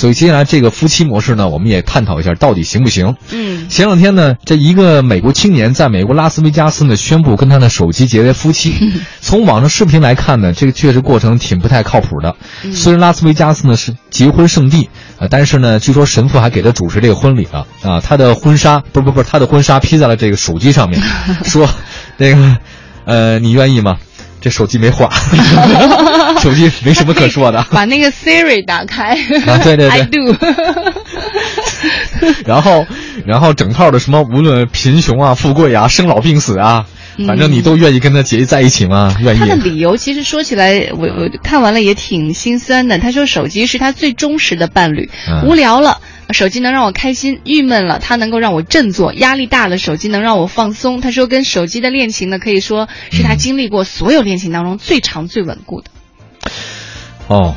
所以接下来这个夫妻模式呢，我们也探讨一下到底行不行。前两天呢，这一个美国青年在美国拉斯维加斯呢宣布跟他的手机结为夫妻。从网上视频来看呢，这个确实过程挺不太靠谱的。虽然拉斯维加斯呢是结婚圣地，但是呢，据说神父还给他主持这个婚礼了啊，他的婚纱他的婚纱披在了这个手机上面，说那个你愿意吗？这手机没话，手机没什么可说的。 把那个 Siri 打开。 对对对 I do 然后整套的什么，无论贫穷啊、富贵啊、生老病死啊，反正你都愿意跟他在一起吗？愿意。 他的理由其实说起来，我看完了也挺心酸的。他说手机是他最忠实的伴侣，无聊了手机能让我开心，郁闷了它能够让我振作，压力大了手机能让我放松。他说跟手机的恋情呢，可以说是他经历过所有恋情当中最长最稳固的。 哦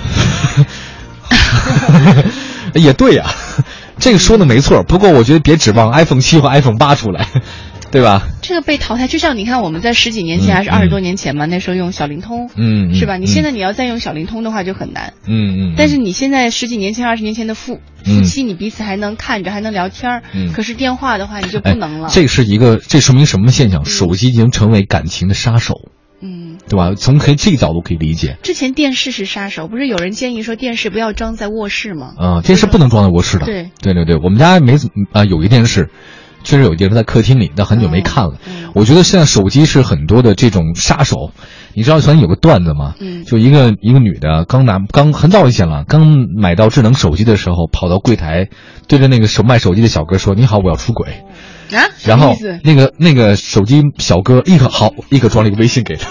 也对呀，这个说的没错，不过我觉得别指望 iPhone 7和 iPhone 8出来，对吧？ 这个被淘汰，就像你看我们在10几年前还是20多年前嘛，那时候用小灵通，是吧？你现在你要再用小灵通的话就很难，但是你现在10几年前、20年前的夫妻，你彼此还能看着，还能聊天，可是电话的话你就不能了。 这说明什么现象？手机已经成为感情的杀手。对吧？从这个角度可以理解。 之前电视是杀手，不是有人建议说电视不要装在卧室吗？ 电视不能装在卧室的。对，我们家有一电视，确实有一电视在客厅里，但很久没看了。我觉得现在手机是很多的这种杀手。你知道曾经有个段子吗？就一个女的刚很早以前了，刚买到智能手机的时候，跑到柜台对着那个卖手机的小哥说：“你好，我要出轨。”然后那个手机小哥立刻装了一个微信给他。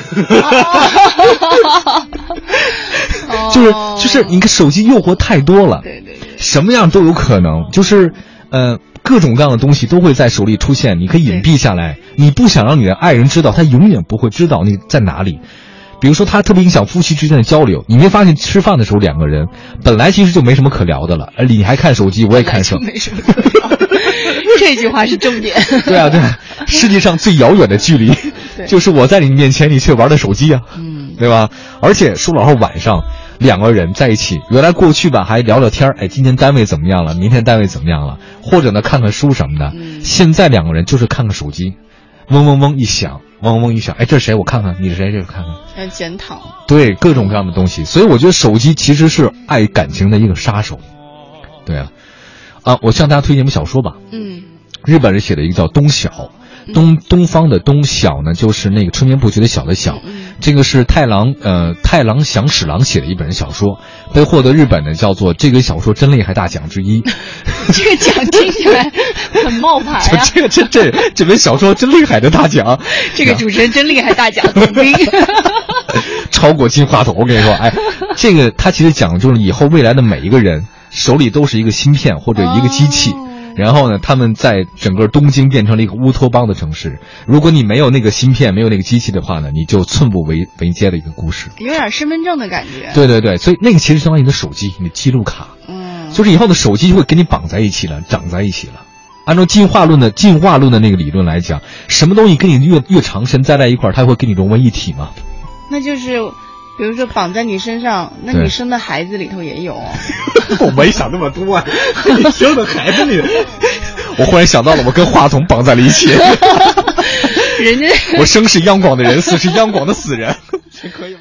就是你看手机诱惑太多了，对，什么样都有可能，就是各种各样的东西都会在手里出现，你可以隐蔽下来，你不想让你的爱人知道，他永远不会知道你在哪里。比如说他特别影响夫妻之间的交流，你没发现吃饭的时候两个人本来其实就没什么可聊的了，而你还看手机，我也看手机， 没什么可聊。这句话是重点。 对啊，世界上最遥远的距离就是我在你面前，你却玩的手机啊，对吧？而且说老实话，晚上两个人在一起，原来过去吧还聊聊天，今天单位怎么样了，明天单位怎么样了，或者呢看看书什么的。现在两个人就是看看手机，嗡嗡嗡一响，这是谁？我看看，你是谁？这个看看。 要检讨。对， 各种各样的东西，所以我觉得手机其实是爱感情的一个杀手。对啊，我向大家推荐一本小说吧。日本人写的一个叫东晓，东方的东晓呢，就是那个春眠不觉的晓的晓。这个是太郎祥史郎写的一本小说，被获得日本的叫做这个小说真厉害大奖之一。 这个奖听起来很冒牌啊！ 这本小说真厉害的大奖， 这个主持人真厉害大奖总兵， 超过金话筒。我跟你说，这个他其实讲的就是以后未来的每一个人手里都是一个芯片或者一个机器。然后呢，他们在整个东京变成了一个乌托邦的城市。如果你没有那个芯片，没有那个机器的话呢，你就寸步维艰的一个故事， 有点身份证的感觉。 对，所以那个其实相当于你的手机，你的记录卡。就是以后的手机就会跟你绑在一起了，长在一起了。按照进化论的那个理论来讲，什么东西跟你越长时间待在一块儿，它会跟你融为一体吗？ 那就是比如说绑在你身上，那你生的孩子里头也有。 我没想那么多啊，你生的孩子里，我忽然想到了，我跟话筒绑在了一起。 人家我生是央广的人，死是央广的死人，这可以。